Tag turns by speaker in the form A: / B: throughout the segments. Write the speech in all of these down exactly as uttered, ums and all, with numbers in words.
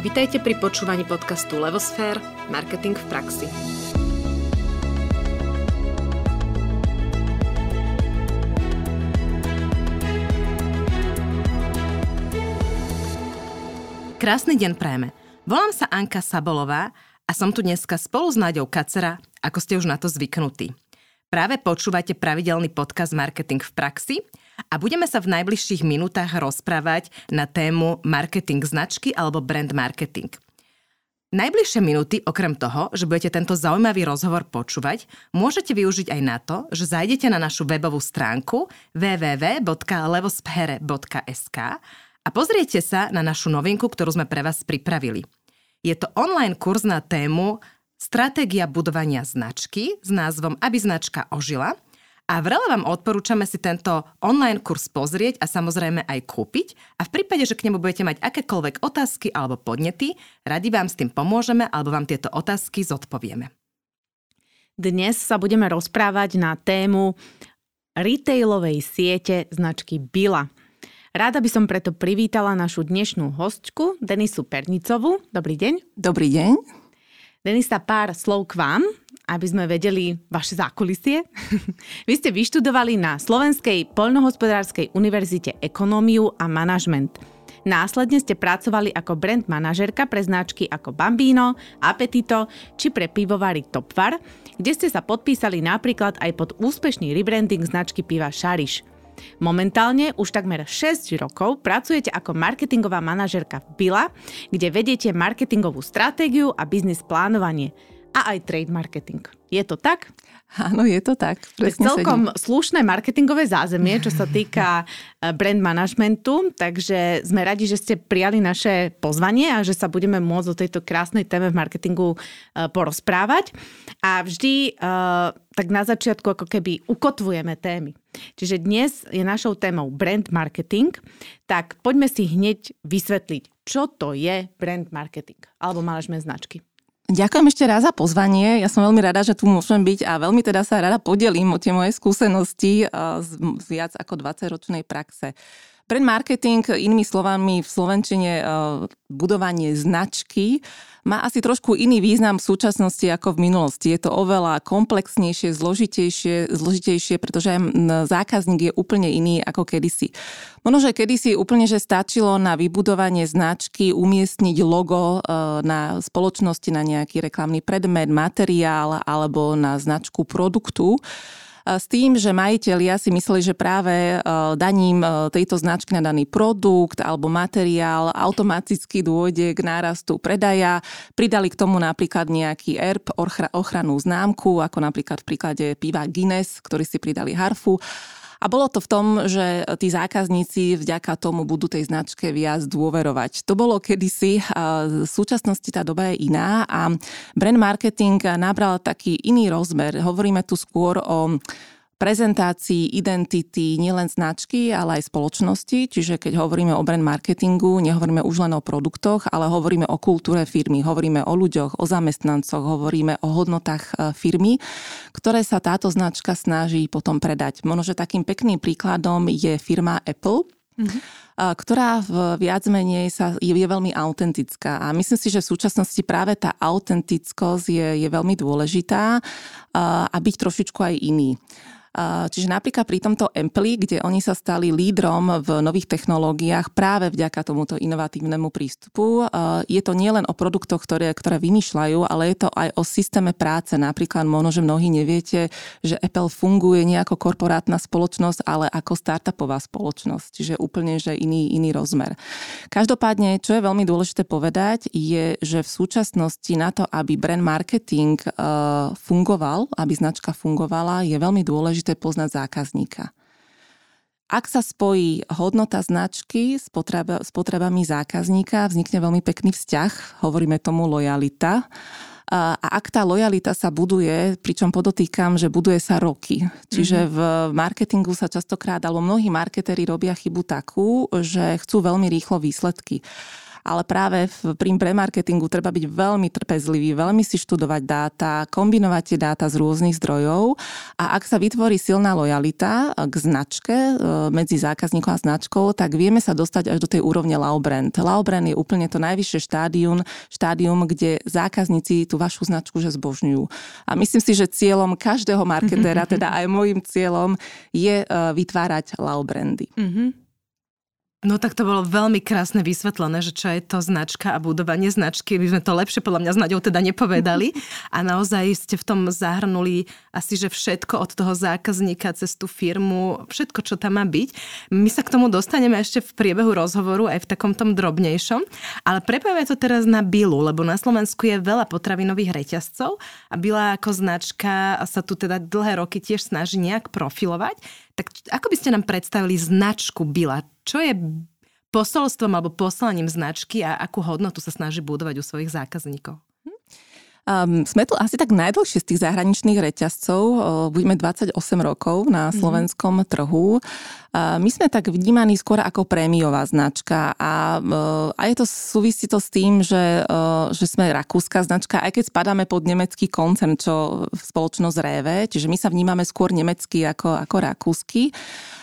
A: Vitajte pri počúvaní podcastu Levosfér – Marketing v praxi. Krásny deň prajeme. Volám sa Anka Sabolová a som tu dneska spolu s Náďou Kacera, ako ste už na to zvyknutí. Práve počúvate pravidelný podcast Marketing v praxi a budeme sa v najbližších minútach rozprávať na tému marketing značky alebo brand marketing. Najbližšie minúty, okrem toho, že budete tento zaujímavý rozhovor počúvať, môžete využiť aj na to, že zajdete na našu webovú stránku w w w bodka levosfere bodka es ka a pozriete sa na našu novinku, ktorú sme pre vás pripravili. Je to online kurz na tému Stratégia budovania značky s názvom Aby značka ožila a vrele vám odporúčame si tento online kurz pozrieť a samozrejme aj kúpiť a v prípade, že k nemu budete mať akékoľvek otázky alebo podnety, radi vám s tým pomôžeme alebo vám tieto otázky zodpovieme.
B: Dnes sa budeme rozprávať na tému retailovej siete značky Billa. Rada by som preto privítala našu dnešnú hostku Denisu Pernicovú. Dobrý deň.
C: Dobrý deň.
B: Denisa, pár slov k vám, aby sme vedeli vaše zákulisie. Vy ste vyštudovali na Slovenskej poľnohospodárskej univerzite ekonómiu a manažment. Následne ste pracovali ako brand manažérka pre značky ako Bambino, Appetito či pre pivovary Topvar, kde ste sa podpísali napríklad aj pod úspešný rebranding značky piva Šariš. Momentálne už takmer šesť rokov pracujete ako marketingová manažérka v Billa, kde vediete marketingovú stratégiu a biznis plánovanie a aj trade marketing. Je to tak?
C: Áno, je to tak.
B: To je celkom sedím. Slušné marketingové zázemie, čo sa týka brand managementu, takže sme radi, že ste prijali naše pozvanie a že sa budeme môcť o tejto krásnej téme v marketingu porozprávať. A vždy tak na začiatku ako keby ukotvujeme témy. Čiže dnes je našou témou brand marketing, tak poďme si hneď vysvetliť, čo to je brand marketing alebo manažment značky.
C: Ďakujem ešte raz za pozvanie. Ja som veľmi rada, že tu môžem byť a veľmi teda sa rada podelím o tie moje skúsenosti z, z viac ako dvadsaťročnej praxe. Brand marketing, inými slovami v slovenčine budovanie značky, má asi trošku iný význam v súčasnosti ako v minulosti. Je to oveľa komplexnejšie, zložitejšie, zložitejšie, pretože zákazník je úplne iný ako kedysi. Možno, že kedysi úplne, že stačilo na vybudovanie značky umiestniť logo na spoločnosti, na nejaký reklamný predmet, materiál alebo na značku produktu. S tým, že majitelia si mysleli, že práve daním tejto značky na daný produkt alebo materiál automaticky dôjde k nárastu predaja. Pridali k tomu napríklad nejaký erb, ochrannú známku, ako napríklad v príklade piva Guinness, ktorí si pridali harfu. A bolo to v tom, že tí zákazníci vďaka tomu budú tej značke viac dôverovať. To bolo kedysi, v súčasnosti tá doba je iná a brand marketing nabral taký iný rozmer. Hovoríme tu skôr o prezentácii identity nielen značky, ale aj spoločnosti. Čiže keď hovoríme o brand marketingu, nehovoríme už len o produktoch, ale hovoríme o kultúre firmy, hovoríme o ľuďoch, o zamestnancoch, hovoríme o hodnotách firmy, ktoré sa táto značka snaží potom predať. Možno, že takým pekným príkladom je firma Apple, mm-hmm. ktorá v viac menej sa, je, je veľmi autentická. A myslím si, že v súčasnosti práve tá autentickosť je, je veľmi dôležitá a byť trošičku aj iný. Čiže napríklad pri tomto Ampli, kde oni sa stali lídrom v nových technológiách práve vďaka tomuto inovatívnemu prístupu, je to nielen o produktoch, ktoré, ktoré vymýšľajú, ale je to aj o systéme práce. Napríklad možno, že mnohí neviete, že Apple funguje nie ako korporátna spoločnosť, ale ako startupová spoločnosť. Čiže úplne že iný, iný rozmer. Každopádne, čo je veľmi dôležité povedať, je, že v súčasnosti na to, aby brand marketing fungoval, aby značka fungovala, je veľmi dôležité poznať zákazníka. Ak sa spojí hodnota značky s, potreba, s potrebami zákazníka, vznikne veľmi pekný vzťah, hovoríme tomu lojalita. A ak tá lojalita sa buduje, pričom podotýkam, že buduje sa roky. Čiže v marketingu sa častokrát, alebo mnohí marketéri robia chybu takú, že chcú veľmi rýchlo výsledky. ale práve v, pri premarketingu treba byť veľmi trpezlivý, veľmi si študovať dáta, kombinovať tie dáta z rôznych zdrojov a ak sa vytvorí silná lojalita k značke medzi zákazníkom a značkou, tak vieme sa dostať až do tej úrovne love brand. Love brand je úplne to najvyššie štádium, štádium, kde zákazníci tú vašu značku že zbožňujú. A myslím si, že cieľom každého marketéra, teda aj môjim cieľom, je vytvárať love brandy. Mm-hmm.
A: No tak to bolo veľmi krásne vysvetlené, že čo je to značka a budovanie značky. My sme to lepšie podľa mňa s Naďou teda nepovedali. A naozaj ste v tom zahrnuli asi, že všetko od toho zákazníka cez tú firmu, všetko, čo tam má byť. My sa k tomu dostaneme ešte v priebehu rozhovoru aj v takom tom drobnejšom. Ale prepojeme to teraz na Bilu, lebo na Slovensku je veľa potravinových reťazcov a Bila ako značka sa tu teda dlhé roky tiež snaží nejak profilovať. Tak ako by ste nám predstavili značku Bila? Čo je posolstvom alebo poslaním značky a akú hodnotu sa snaží budovať u svojich zákazníkov?
C: Um, sme tu asi tak najdlhšie z tých zahraničných reťazcov. Budeme dvadsaťosem rokov na slovenskom mm. trhu. Uh, my sme tak vnímaní skôr ako prémiová značka a, uh, a je to súvisí to s tým, že, uh, že sme rakúska značka, aj keď spadáme pod nemecký koncern, čo spoločnosť Rewe, čiže my sa vnímame skôr nemecky ako, ako rakúsky.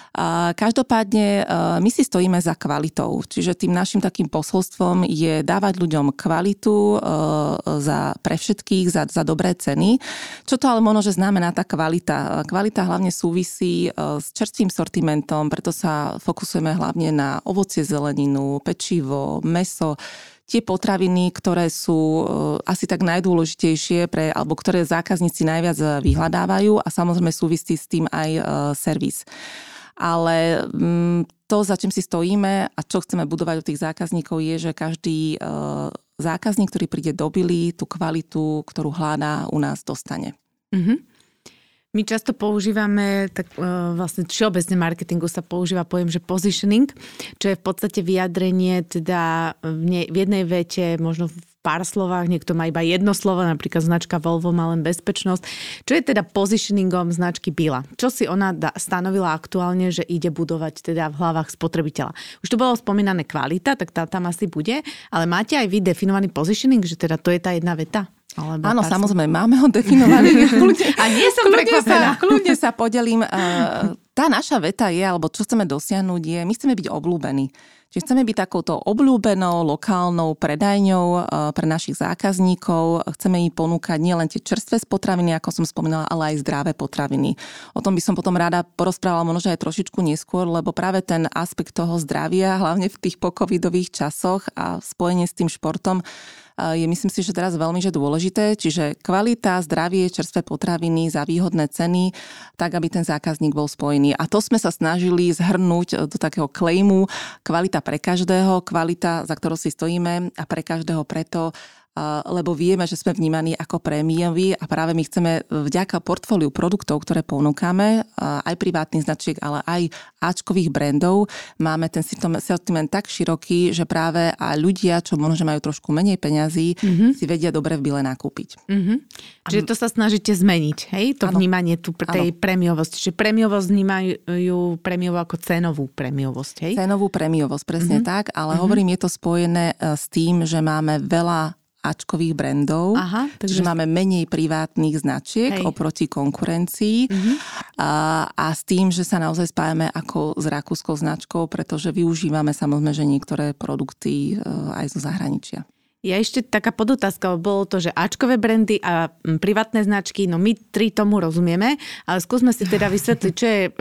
C: Každopádne my si stojíme za kvalitou, čiže tým našim takým posolstvom je dávať ľuďom kvalitu za, pre všetkých za, za dobré ceny. Čo to ale možno, že znamená tá kvalita? Kvalita hlavne súvisí s čerstvým sortimentom, preto sa fokusujeme hlavne na ovocie, zeleninu, pečivo, mäso, tie potraviny, ktoré sú asi tak najdôležitejšie pre, alebo ktoré zákazníci najviac vyhľadávajú a samozrejme súvisí s tým aj servis. Ale to, za čím si stojíme a čo chceme budovať od tých zákazníkov je, že každý zákazník, ktorý príde do Bily, tú kvalitu, ktorú hľadá, u nás dostane.
B: Mm-hmm. My často používame, tak vlastne všeobecne marketingu sa používa pojem, že positioning, čo je v podstate vyjadrenie teda v, ne, v jednej vete, možno v pár slovách, niekto má iba jedno slovo, napríklad značka Volvo má len bezpečnosť. Čo je teda positioningom značky Bila? Čo si ona da, stanovila aktuálne, že ide budovať teda v hlavách spotrebiteľa? Už to bolo spomínané kvalita, tak tá tam asi bude, ale máte aj vy definovaný positioning, že teda to je tá jedna veta? Alebo
C: áno, samozrejme, máme ho definovaný.
B: A nie som prekvapená.
C: Kľudne sa podelím. Tá naša veta je, alebo čo chceme dosiahnuť je, my chceme byť obľúbení. Čiže chceme byť takouto obľúbenou, lokálnou predajňou pre našich zákazníkov. Chceme im ponúkať nielen tie čerstvé potraviny, ako som spomínala, ale aj zdravé potraviny. O tom by som potom rada porozprávala možno aj trošičku neskôr, lebo práve ten aspekt toho zdravia, hlavne v tých pocovidových časoch a spojenie s tým športom, je myslím si, že teraz veľmi že dôležité. Čiže kvalita, zdravie, čerstvé potraviny za výhodné ceny, tak aby ten zákazník bol spojený. A to sme sa snažili zhrnúť do takého claimu kvalita pre každého, kvalita, za ktorou si stojíme a pre každého preto, lebo vieme, že sme vnímaní ako prémioví a práve my chceme vďaka portfóliu produktov, ktoré ponúkame, aj privátnych značiek, ale aj áčkových brandov, máme ten sortiment tak široký, že práve aj ľudia, čo možno majú trošku menej peňazí, mm-hmm. si vedia dobre v Bile nakúpiť.
B: Mm-hmm. Čiže to sa snažíte zmeniť, hej? To ano. Vnímanie tu tej prémiovosti. Čiže prémiovosť vnímajú prémiovo ako cenovú prémiovosť, hej?
C: Cenovú prémiovosť, presne mm-hmm. tak, ale mm-hmm. hovorím, je to spojené s tým, že máme veľa áčkových brandov, Aha, takže máme menej privátnych značiek Hej. oproti konkurencii uh-huh. a, a s tým, že sa naozaj spájame ako s rakúskou značkou, pretože využívame samozrejme, že niektoré produkty aj zo zahraničia.
B: Ja ešte taká podotázka, bolo to, že áčkové brandy a privátne značky, no my tri tomu rozumieme, ale skúsme si teda vysvetliť, čo je e,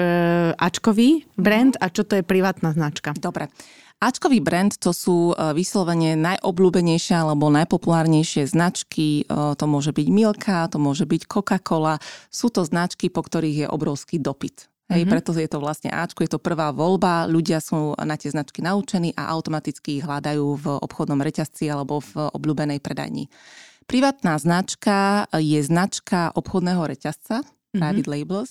B: áčkový brand a čo to je privátna značka.
C: Dobre. Áčkový brand to sú vyslovene najobľúbenejšie alebo najpopulárnejšie značky. To môže byť Milka, to môže byť Coca-Cola. Sú to značky, po ktorých je obrovský dopyt. Hej, mm-hmm. preto je to vlastne Ačko, je to prvá voľba. Ľudia sú na tie značky naučení a automaticky ich hľadajú v obchodnom reťazci alebo v obľúbenej predajni. Privátna značka je značka obchodného reťazca, mm-hmm. private labels.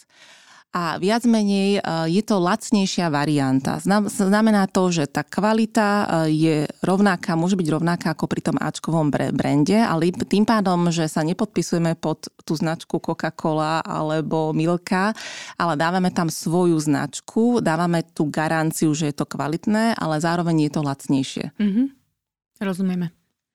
C: A viac menej je to lacnejšia varianta. Znamená to, že tá kvalita je rovnaká, môže byť rovnaká ako pri tom áčkovom brande, ale tým pádom, že sa nepodpisujeme pod tú značku Coca-Cola alebo Milka, ale dávame tam svoju značku, dávame tú garanciu, že je to kvalitné, ale zároveň je to lacnejšie. Mm-hmm.
B: Rozumieme.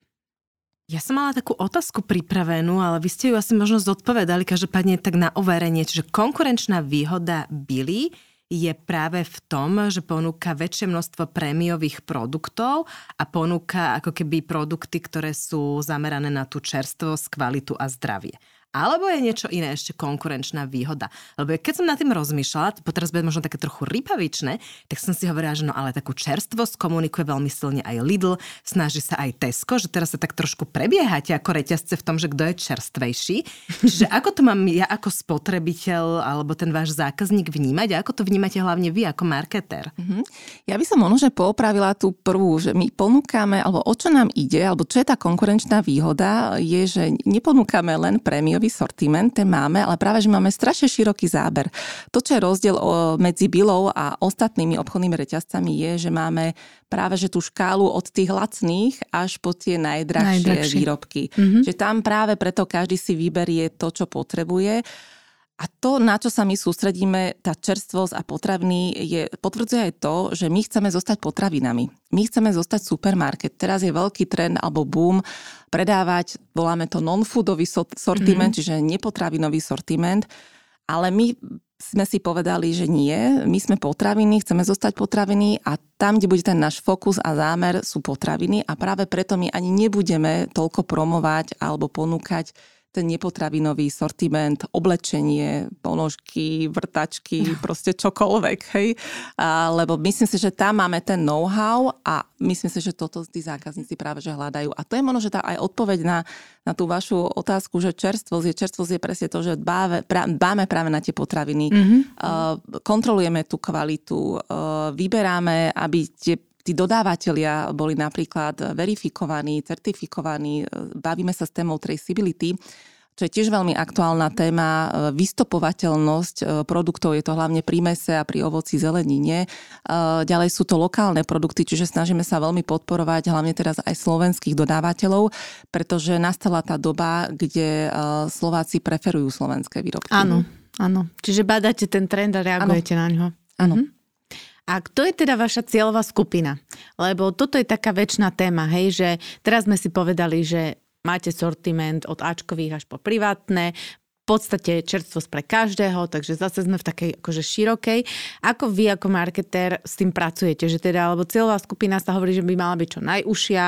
A: Ja som mala takú otázku pripravenú, ale vy ste ju asi možno zodpovedali, každopádne tak na overenie. Čiže konkurenčná výhoda Billy je práve v tom, že ponúka väčšie množstvo prémiových produktov a ponúka ako keby produkty, ktoré sú zamerané na tú čerstvosť, kvalitu a zdravie. Alebo je niečo iné ešte konkurenčná výhoda. Lebo keď som nad tým rozmýšľala, to teraz bude možno také trochu rypavičné, tak som si hovorila, že no ale takú čerstvosť komunikuje veľmi silne aj Lidl, snaží sa aj Tesco, že teraz sa tak trošku prebiehate ako reťazce v tom, že kto je čerstvejší. Čiže ako to mám ja ako spotrebiteľ alebo ten váš zákazník vnímať a ako to vnímate hlavne vy ako marketér?
C: Mm-hmm. Ja by som možno, že poopravila tú prvú, že my ponúkame, alebo o čo nám ide, alebo čo je tá konkurenčná výhoda, je, že neponúkame len prémiový sortiment, ten máme, ale práve, že máme strašne široký záber. To, čo je rozdiel medzi Billou a ostatnými obchodnými reťazcami je, že máme práve že tú škálu od tých lacných až po tie najdrahšie, najdrahšie. výrobky. Mm-hmm. Že tam práve preto každý si vyberie to, čo potrebuje. A to, na čo sa my sústredíme, tá čerstvosť a potraviny, je, potvrdzuje aj to, že my chceme zostať potravinami. My chceme zostať supermarket. Teraz je veľký trend alebo boom predávať, voláme to non-foodový sortiment, mm-hmm. čiže nepotravinový sortiment. Ale my sme si povedali, že nie, my sme potraviny, chceme zostať potraviny a tam, kde bude ten náš fokus a zámer, sú potraviny a práve preto my ani nebudeme toľko promovať alebo ponúkať ten nepotravinový sortiment, oblečenie, ponožky, vrtačky, proste čokoľvek, hej. A, lebo myslím si, že tam máme ten know-how a myslím si, že toto tí zákazníci práve že hľadajú. A to je možno, že tá aj odpoveď na, na tú vašu otázku, že čerstvosť je, čerstvosť je presne to, že dbáme, pra, dbáme práve na tie potraviny. Mm-hmm. Uh, kontrolujeme tú kvalitu, uh, vyberáme, aby tie tí dodávateľia boli napríklad verifikovaní, certifikovaní, bavíme sa s témou traceability, čo je tiež veľmi aktuálna téma, vystopovateľnosť produktov, je to hlavne pri mese a pri ovoci, zelenine. Ďalej sú to lokálne produkty, čiže snažíme sa veľmi podporovať hlavne teraz aj slovenských dodávateľov, pretože nastala tá doba, kde Slováci preferujú slovenské výrobky.
B: Áno, áno. Čiže badáte ten trend a reagujete áno. na ňo.
C: Áno. Mhm.
B: A kto je teda vaša cieľová skupina? Lebo toto je taká večná téma, hej, že teraz sme si povedali, že máte sortiment od áčkových až po privátne, v podstate čerstvosť pre každého, takže zase sme v takej akože širokej. Ako vy ako marketér s tým pracujete? Že teda, alebo cieľová skupina sa hovorí, že by mala byť čo najúžšia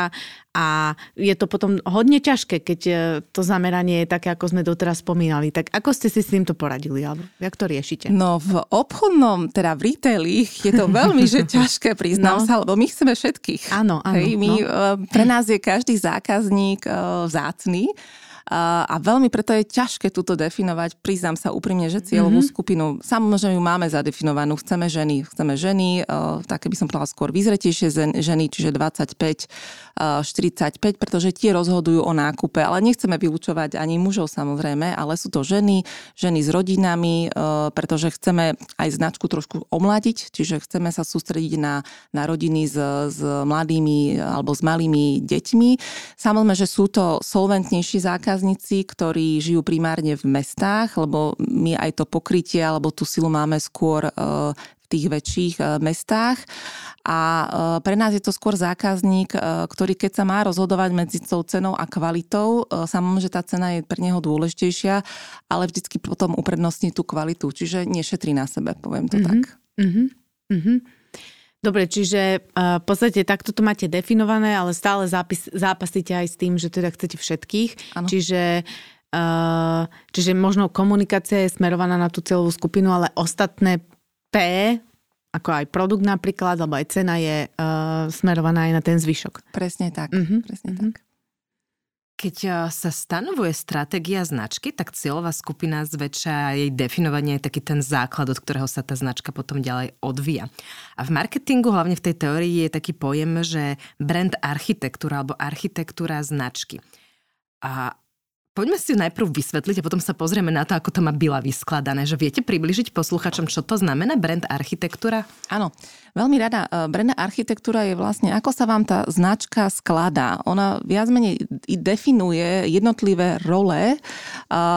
B: a je to potom hodne ťažké, keď to zameranie je také, ako sme doteraz spomínali. Tak ako ste si s týmto poradili? Alebo jak to riešite?
C: No v obchodnom, teda v retaili je to veľmi že ťažké, priznám no. sa, lebo my chceme všetkých.
B: Áno, áno.
C: Hej, my,
B: no.
C: Pre nás je každý zákazník vzácny. A veľmi preto je ťažké túto definovať. Priznám sa úprimne, že cieľovú mm-hmm. skupinu, samozrejme ju máme zadefinovanú. Chceme ženy, chceme ženy, také by som povedala skôr vyzretejšie ženy, čiže dvadsaťpäť štyridsaťpäť, pretože tie rozhodujú o nákupe. Ale nechceme vylúčovať ani mužov samozrejme, ale sú to ženy, ženy s rodinami, pretože chceme aj značku trošku omladiť, čiže chceme sa sústrediť na, na rodiny s, s mladými alebo s malými deťmi. Samozrejme, že sú to solventnejší zákazníci, ktorí žijú primárne v mestách, lebo my aj to pokrytie alebo tú silu máme skôr v tých väčších mestách. A pre nás je to skôr zákazník, ktorý keď sa má rozhodovať medzi tou cenou a kvalitou, samozrejme, že tá cena je pre neho dôležitejšia, ale vždycky potom uprednostní tú kvalitu. Čiže nešetrí na sebe, poviem to mm-hmm. tak. Mm-hmm. Mm-hmm.
B: Dobre, čiže uh, v podstate takto to máte definované, ale stále zápis, zápasíte aj s tým, že teda chcete všetkých. Ano. Čiže, uh, čiže možno komunikácia je smerovaná na tú cieľovú skupinu, ale ostatné P, ako aj produkt napríklad, alebo aj cena je uh, smerovaná aj na ten zvyšok.
C: Presne tak.
B: Uh-huh.
C: Presne
B: uh-huh.
C: tak.
A: Keď sa stanovuje stratégia značky, tak cieľová skupina zväčša jej definovanie je taký ten základ, od ktorého sa tá značka potom ďalej odvíja. A v marketingu, hlavne v tej teórii, je taký pojem, že brand architektúra alebo architektúra značky. A poďme si ju najprv vysvetliť a potom sa pozrieme na to, ako to má Billa vyskladané. Že viete približiť posluchačom, čo to znamená brand architektúra?
C: Áno, veľmi rada. Brand architektúra je vlastne, ako sa vám tá značka skladá. Ona viac menej definuje jednotlivé role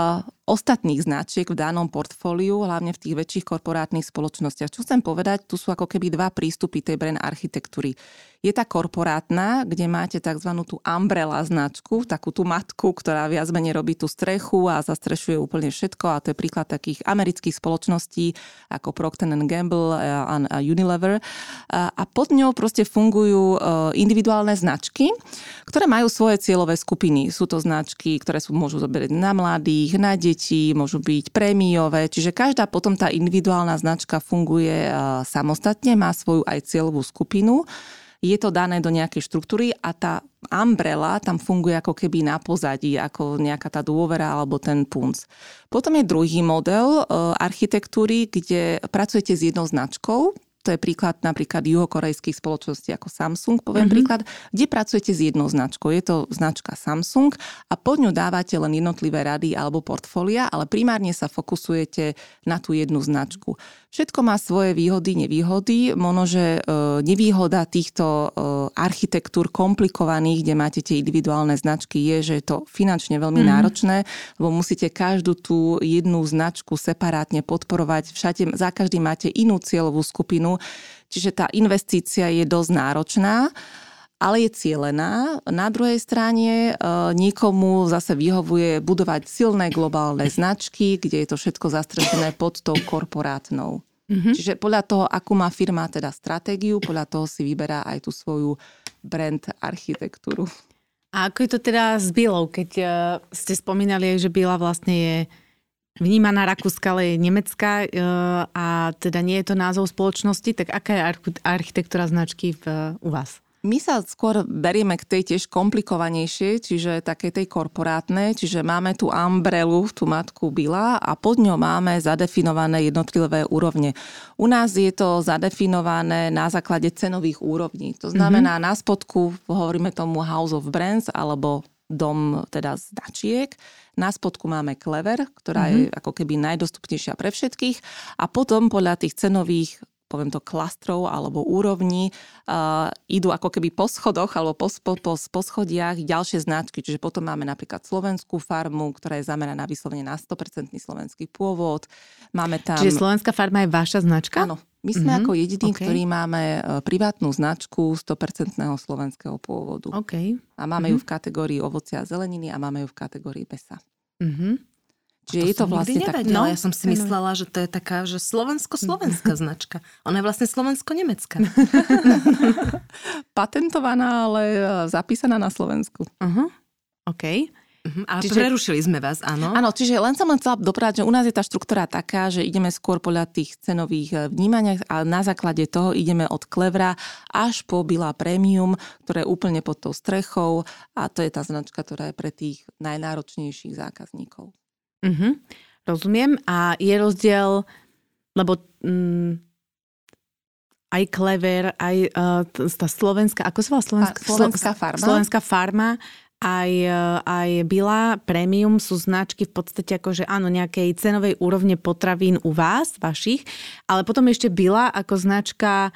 C: ostatných značiek v danom portfóliu, hlavne v tých väčších korporátnych spoločnostiach. Čo chcem povedať, tu sú ako keby dva prístupy tej brand architektúry. Je tá korporátna, kde máte tzv. Tú umbrella značku, takú tú matku, ktorá viac menej robí tú strechu a zastrešuje úplne všetko. A to je príklad takých amerických spoločností ako Procter and Gamble a Unilever. A pod ňou proste fungujú individuálne značky, ktoré majú svoje cieľové skupiny. Sú to značky, ktoré sú, môžu zoberieť na mladých, na deti, môžu byť prémiové. Čiže každá potom tá individuálna značka funguje samostatne, má svoju aj cieľovú skupinu. Je to dané do nejakej štruktúry a tá umbrella tam funguje ako keby na pozadí, ako nejaká tá dôvera alebo ten punc. Potom je druhý model e, architektúry, kde pracujete s jednou značkou. To je príklad napríklad juhokorejských spoločností ako Samsung, poviem mm-hmm. príklad, kde pracujete s jednou značkou. Je to značka Samsung a pod ňu dávate len jednotlivé rady alebo portfólia, ale primárne sa fokusujete na tú jednu značku. Všetko má svoje výhody, nevýhody. Možno, že nevýhoda týchto architektúr komplikovaných, kde máte tie individuálne značky, je, že je to finančne veľmi mm-hmm. náročné, lebo musíte každú tú jednu značku separátne podporovať. Všade, za každým máte inú cieľovú skupinu, čiže tá investícia je dosť náročná, ale je cielená. Na druhej strane e, niekomu zase vyhovuje budovať silné globálne značky, kde je to všetko zastrešené pod tou korporátnou. Mm-hmm. Čiže podľa toho, akú má firma teda stratégiu, podľa toho si vyberá aj tú svoju brand architektúru.
B: A ako je to teda s Billou, keď uh, ste spomínali, že Billa vlastne je vnímaná Rakúska, ale je nemecká uh, a teda nie je to názov spoločnosti, tak aká je architektúra značky v, uh, u vás?
C: My sa skôr berieme k tej tiež komplikovanejšie, čiže také tej korporátnej, čiže máme tú umbrelu, tú matku Billa a pod ňou máme zadefinované jednotlivé úrovne. U nás je to zadefinované na základe cenových úrovní. To znamená, mm-hmm. na spodku hovoríme tomu House of Brands alebo dom teda značiek. Na spodku máme Clever, ktorá mm-hmm. je ako keby najdostupnejšia pre všetkých a potom podľa tých cenových poviem to klastrov alebo úrovní, uh, idú ako keby po schodoch alebo po, po, po, po schodiach ďalšie značky. Čiže potom máme napríklad Slovenskú farmu, ktorá je zameraná vyslovene na sto percent slovenský pôvod. Máme tam...
B: Čiže Slovenská farma je vaša značka?
C: Áno. My sme mm-hmm. ako jediní, okay. ktorí máme privátnu značku sto percent slovenského pôvodu.
B: Okay.
C: A máme mm-hmm. ju v kategórii ovocia a zeleniny a máme ju v kategórii mesa. Mhm. Čiže
A: to
C: je to vlastne tak...
A: No, ja som si myslela, že to je taká, že slovensko-slovenská značka. Ona je vlastne slovensko-nemecká.
C: Patentovaná, ale zapísaná na Slovensku.
B: Uh-huh. OK.
A: Uh-huh. Ale čiže, prerušili sme vás, áno?
C: Áno, čiže len som len chcela doprávať, že u nás je tá štruktúra taká, že ideme skôr podľa tých cenových vnímaniach a na základe toho ideme od Clevera až po Billa Premium, ktoré je úplne pod tou strechou a to je tá značka, ktorá je pre tých najnáročnejších zákazníkov.
B: Uh-huh. Rozumiem. A je rozdiel, lebo mm, aj Clever, aj uh, tá slovenská, ako sa volá slovenská?
C: Slovenská farma.
B: Slovenská farma, aj, uh, aj Billa Premium sú značky v podstate akože áno, nejakej cenovej úrovne potravín u vás, vašich, ale potom ešte Billa ako značka,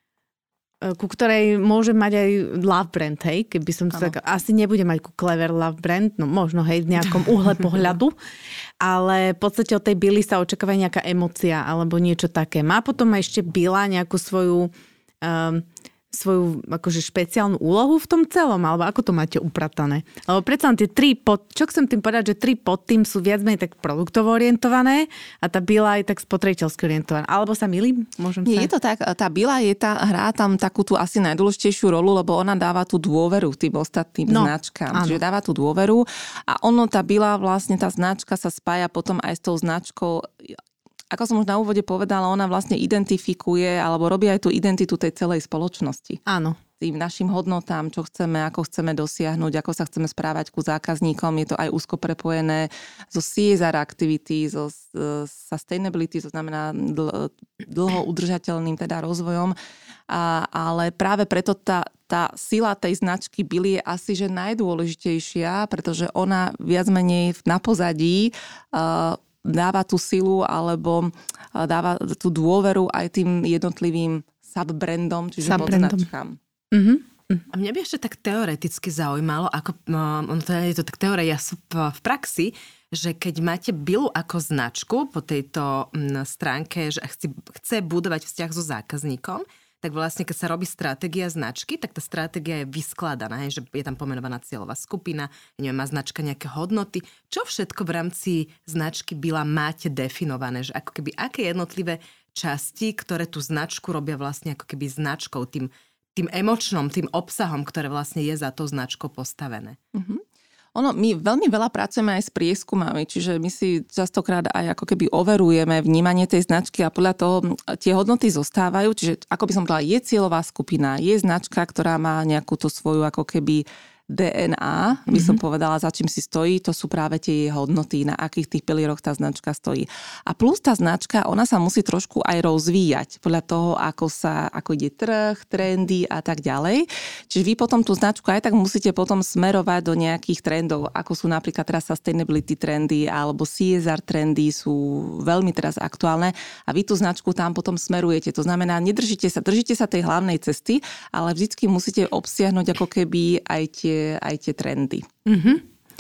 B: ku ktorej môže mať aj love brand, hej, keby som to tak, asi nebude mať ku Clever love brand, no možno, hej, v nejakom uhle pohľadu, ale v podstate od tej Billy sa očakáva nejaká emócia alebo niečo také. Má potom ešte Billa nejakú svoju um, svoju akože špeciálnu úlohu v tom celom, alebo ako to máte upratané? Lebo predsa tie tri pod, čo chcem tým povedať, že tri pod tým sú viac menej tak produktovo orientované a tá Billa je tak spotrebiteľsky orientovaná. Alebo sa milím? Môžem sa...
C: Nie, je to tak, tá Billa je tá, hrá tam takú tú asi najdôležitejšiu rolu, lebo ona dáva tú dôveru tým ostatným no, značkám. Áno. Čiže dáva tú dôveru a ono, tá Billa vlastne, tá značka sa spája potom aj s tou značkou. Ako som už na úvode povedala, ona vlastne identifikuje alebo robí aj tú identitu tej celej spoločnosti.
B: Áno.
C: Tým našim hodnotám, čo chceme, ako chceme dosiahnuť, ako sa chceme správať ku zákazníkom. Je to aj úzko prepojené so C S R activity, so sustainability, to znamená dl- dlho udržateľným teda rozvojom. A, ale práve preto tá, tá sila tej značky Billy je asi že najdôležitejšia, pretože ona viac menej na pozadí uh, dáva tú silu alebo dáva tú dôveru aj tým jednotlivým subbrandom, čiže
B: subbrandom.
C: podznačkám.
B: Mm-hmm.
A: A mňa by ešte tak teoreticky zaujímalo, ako, no, to je to tak teória v praxi, že keď máte Billu ako značku po tejto stránke, že chce, chce budovať vzťah so zákazníkom, tak vlastne keď sa robí stratégia značky, tak tá stratégia je vyskladaná, že je tam pomenovaná cieľová skupina, neviem, má značka nejaké hodnoty. Čo všetko v rámci značky Billa máte definované? Že ako keby aké jednotlivé časti, ktoré tú značku robia vlastne ako keby značkou, tým tým emočnom, tým obsahom, ktoré vlastne je za tou značkou postavené.
C: Mm-hmm. Ono, my veľmi veľa pracujeme aj s prieskumami, čiže my si častokrát aj ako keby overujeme vnímanie tej značky a podľa toho tie hodnoty zostávajú. Čiže, ako by som povedala, je cieľová skupina, je značka, ktorá má nejakú tú svoju ako keby dé en á, by som mm-hmm. povedala, za čím si stojí, to sú práve tie jej hodnoty, na akých tých pilieroch tá značka stojí. A plus tá značka, ona sa musí trošku aj rozvíjať podľa toho, ako sa, ako ide trh, trendy a tak ďalej. Čiže vy potom tú značku aj tak musíte potom smerovať do nejakých trendov, ako sú napríklad teraz sustainability trendy alebo cé es er trendy, sú veľmi teraz aktuálne a vy tú značku tam potom smerujete. To znamená, nedržíte sa, držíte sa tej hlavnej cesty, ale vždycky musíte obsiahnuť ako keby aj tie aj tie trendy.
A: Mm-hmm.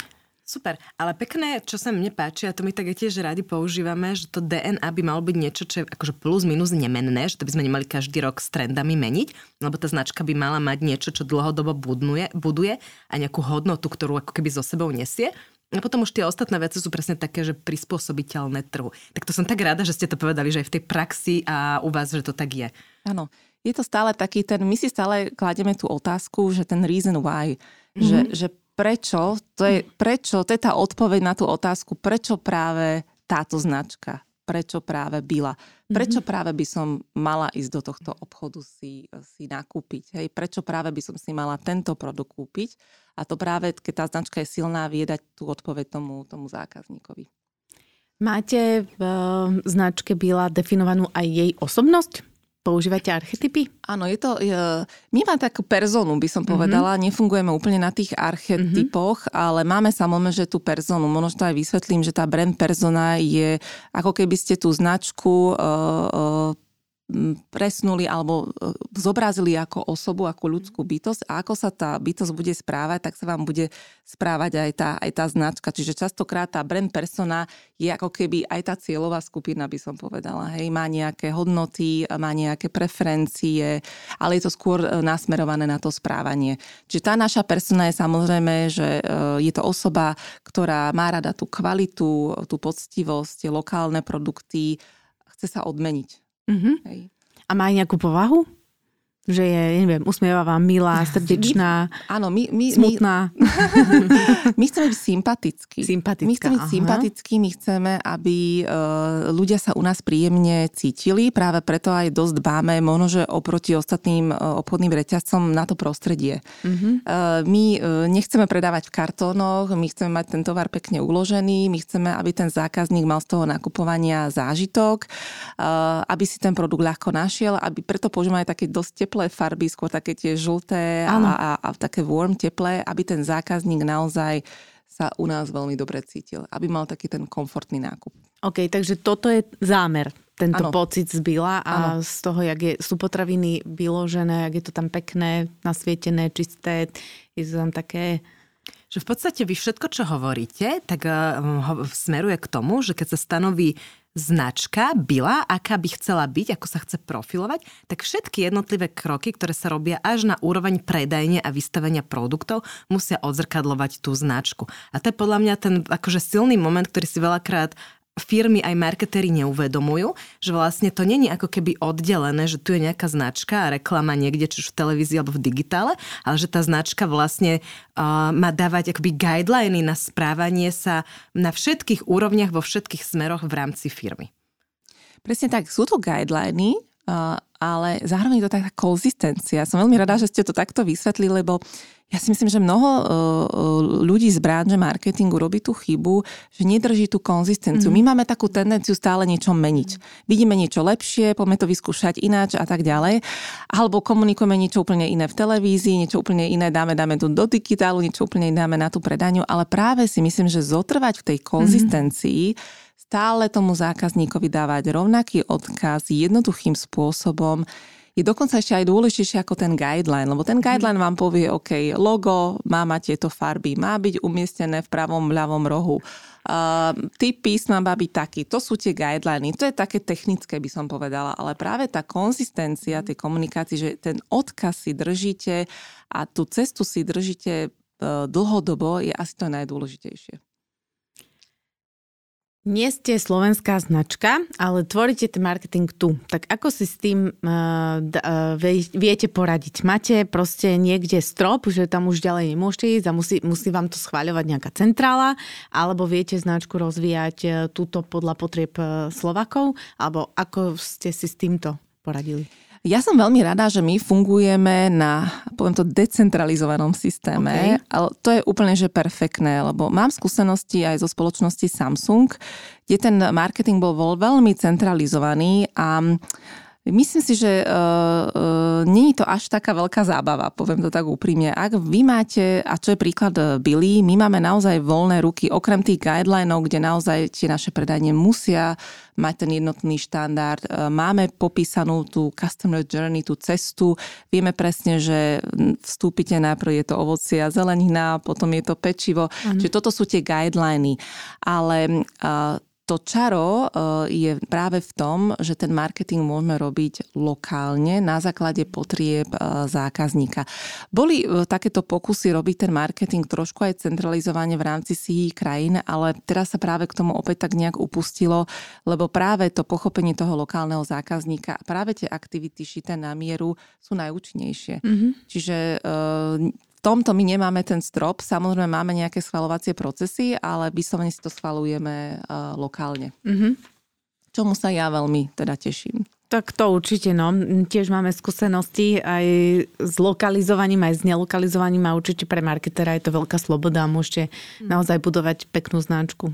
A: Super, ale pekné, čo sa mne páči, a to my tak aj tiež radi používame, že to dé en á by malo byť niečo, čo je akože plus minus nemenné, že to by sme nemali každý rok s trendami meniť, lebo tá značka by mala mať niečo, čo dlhodobo buduje, buduje a nejakú hodnotu, ktorú ako keby so sebou nesie. A potom už tie ostatné veci sú presne také, že prispôsobiteľné trhu. Tak to som tak rada, že ste to povedali, že aj v tej praxi a u vás, že to tak je.
C: Áno. Je to stále taký ten, my si stále kladieme tú otázku, že ten reason why, mm-hmm. že, že prečo, to je, prečo, to je tá odpoveď na tú otázku, prečo práve táto značka, prečo práve Billa, prečo mm-hmm. práve by som mala ísť do tohto obchodu si, si nakúpiť, hej, prečo práve by som si mala tento produkt kúpiť a to práve, keď tá značka je silná, vie dať tú odpoveď tomu, tomu zákazníkovi.
B: Máte v značke Billa definovanú aj jej osobnosť? Používate archetypy?
C: Áno, je to, je, my máme takú personu, by som povedala, mm-hmm. nefungujeme úplne na tých archetypoch, mm-hmm. ale máme samozrejme, že tú personu, možno to aj vysvetlím, že tá brand persona je, ako keby ste tú značku uh, uh, presnuli alebo zobrazili ako osobu, ako ľudskú bytosť a ako sa tá bytosť bude správať, tak sa vám bude správať aj tá, aj tá značka. Čiže častokrát tá brand persona je ako keby aj tá cieľová skupina, by som povedala. Hej, má nejaké hodnoty, má nejaké preferencie, ale je to skôr nasmerované na to správanie. Čiže tá naša persona je samozrejme, že je to osoba, ktorá má rada tú kvalitu, tú poctivosť, lokálne produkty, chce sa odmeniť.
B: Mm-hmm.
C: Hej.
B: A má aj nejakú povahu? Že je, neviem, usmievavá, milá, srdečná,
C: áno, my, my,
B: smutná.
C: My, my chceme byť sympatickí.
B: Sympatická,
C: my chceme byť
B: aha.
C: sympatickí, my chceme, aby uh, ľudia sa u nás príjemne cítili. Práve preto aj dosť dbáme, možno, že oproti ostatným uh, obchodným reťazcom na to prostredie. Mm-hmm. Uh, my uh, nechceme predávať v kartónoch, my chceme mať ten tovar pekne uložený, my chceme, aby ten zákazník mal z toho nakupovania zážitok, uh, aby si ten produkt ľahko našiel, aby preto používame také dosť teplé farby, skôr také tie žlté a, a, a také warm, teplé, aby ten zákazník naozaj sa u nás veľmi dobre cítil. Aby mal taký ten komfortný nákup.
B: OK, takže toto je zámer, tento
C: ano.
B: Pocit z Billa a ano. Z toho, jak je, sú potraviny vyložené, jak je to tam pekné, nasvietené, čisté, je to tam také...
A: Že v podstate vy všetko, čo hovoríte, tak uh, smeruje k tomu, že keď sa stanoví značka Billa, aká by chcela byť, ako sa chce profilovať, tak všetky jednotlivé kroky, ktoré sa robia až na úroveň predajne a vystavenia produktov, musia odzrkadlovať tú značku. A to je podľa mňa ten akože silný moment, ktorý si veľakrát firmy aj marketéri neuvedomujú, že vlastne to nie je ako keby oddelené, že tu je nejaká značka a reklama niekde, či už v televízii alebo v digitále, ale že tá značka vlastne uh, má dávať akoby guideliny na správanie sa na všetkých úrovniach, vo všetkých smeroch v rámci firmy.
C: Presne tak, sú to guideliny, uh, ale zároveň je to taká konzistencia. Som veľmi rada, že ste to takto vysvetlili, lebo ja si myslím, že mnoho uh, ľudí z branže marketingu robí tú chybu, že nedrží tú konzistenciu. Mm-hmm. My máme takú tendenciu stále niečo meniť. Vidíme niečo lepšie, poďme to vyskúšať ináč a tak ďalej. Alebo komunikujeme niečo úplne iné v televízii, niečo úplne iné dáme, dáme tu do digitálu, niečo úplne iné dáme na tú predaniu. Ale práve si myslím, že zotrvať v tej konzistencii, stále tomu zákazníkovi dávať rovnaký odkaz jednoduchým spôsobom, je dokonca ešte aj dôležitejšie ako ten guideline, lebo ten guideline vám povie, OK, logo má mať tieto farby, má byť umiestnené v pravom, ľavom rohu. Uh, typ písma má byť taký. To sú tie guideliny. To je také technické, by som povedala, ale práve tá konzistencia tej komunikácie, že ten odkaz si držíte a tú cestu si držíte uh, dlhodobo, je asi to najdôležitejšie.
B: Nie ste slovenská značka, ale tvoríte ten marketing tu. Tak ako si s tým uh, uh, viete poradiť? Máte proste niekde strop, že tam už ďalej nemôžete ísť a musí, musí vám to schváľovať nejaká centrála, alebo viete značku rozvíjať uh, túto podľa potrieb uh, Slovákov? Alebo ako ste si s týmto poradili?
C: Ja som veľmi rada, že my fungujeme na, poviem to, decentralizovanom systéme, okay. Ale to je úplne že perfektné, lebo mám skúsenosti aj zo spoločnosti Samsung, kde ten marketing bol veľmi centralizovaný a myslím si, že uh, uh, nie je to až taká veľká zábava, poviem to tak úprimne. Ak vy máte, a čo je príklad Billy, my máme naozaj voľné ruky, okrem tých guidelinov, kde naozaj tie naše predajne musia mať ten jednotný štandard. Máme popísanú tú customer journey, tú cestu. Vieme presne, že vstúpite najprv je to ovocie a zelenina, potom je to pečivo. Mm. Čiže toto sú tie guideliny. Ale uh, to čaro je práve v tom, že ten marketing môžeme robiť lokálne na základe potrieb zákazníka. Boli takéto pokusy robiť ten marketing trošku aj centralizovane v rámci síí krajín, ale teraz sa práve k tomu opäť tak nejak upustilo, lebo práve to pochopenie toho lokálneho zákazníka a práve tie aktivity šité na mieru sú najúčinnejšie. Mm-hmm. Čiže v tomto my nemáme ten strop, samozrejme máme nejaké schvaľovacie procesy, ale vyslovene si to schvaľujeme uh, lokálne. Mm-hmm. Čomu sa ja veľmi teda teším.
B: Tak to určite, no. Tiež máme skúsenosti aj s lokalizovaním, aj s nelokalizovaním a určite pre marketera je to veľká sloboda a môžete mm. naozaj budovať peknú značku.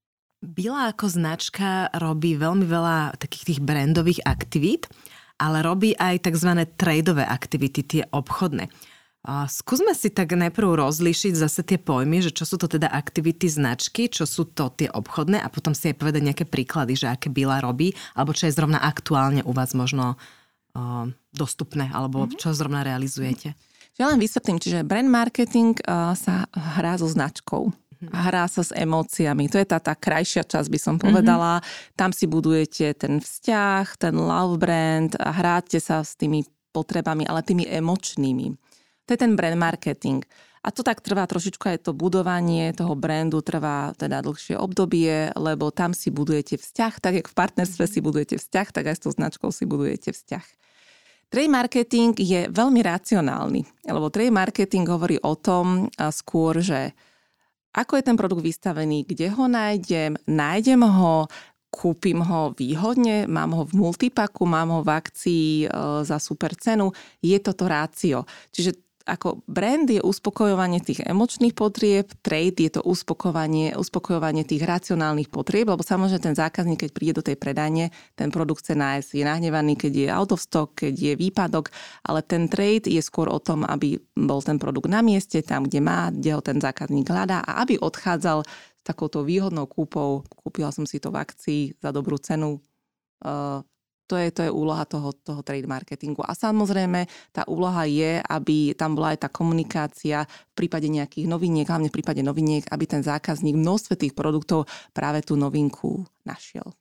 A: Billa ako značka robí veľmi veľa takých tých brandových aktivít, ale robí aj tzv. Tradeové aktivity, tie obchodné. A skúsme si tak najprv rozlíšiť zase tie pojmy, že čo sú to teda aktivity značky, čo sú to tie obchodné a potom si aj povedať nejaké príklady, že aké Billa robí, alebo čo je zrovna aktuálne u vás možno uh, dostupné, alebo mm-hmm. čo zrovna realizujete.
C: Ja len vysvetlím, čiže brand marketing uh, sa hrá so značkou. Mm-hmm. Hrá sa s emóciami. To je tá, tá krajšia časť, by som povedala. Mm-hmm. Tam si budujete ten vzťah, ten love brand a hráte sa s tými potrebami, ale tými emočnými. To je ten brand marketing. A to tak trvá trošičku aj to budovanie toho brandu, trvá teda dlhšie obdobie, lebo tam si budujete vzťah, tak jak v partnerstve si budujete vzťah, tak aj s tou značkou si budujete vzťah. Trade marketing je veľmi racionálny, lebo trade marketing hovorí o tom skôr, že ako je ten produkt vystavený, kde ho nájdem, nájdem ho, kúpim ho výhodne, mám ho v multipaku, mám ho v akcii e, za super cenu, je toto rácio. Čiže ako brand je uspokojovanie tých emočných potrieb, trade je to uspokojovanie, uspokojovanie tých racionálnych potrieb, lebo samozrejme ten zákazník, keď príde do tej predajne, ten produkt chce nájsť, je nahnevaný, keď je out of stock, keď je výpadok, ale ten trade je skôr o tom, aby bol ten produkt na mieste, tam, kde má, kde ho ten zákazník hľadá a aby odchádzal s takouto výhodnou kúpou. Kúpila som si to v akcii za dobrú cenu. Uh, To je, to je úloha toho, toho trade marketingu. A samozrejme, tá úloha je, aby tam bola aj tá komunikácia v prípade nejakých noviniek, hlavne v prípade noviniek, aby ten zákazník v množstve tých produktov práve tú novinku našiel.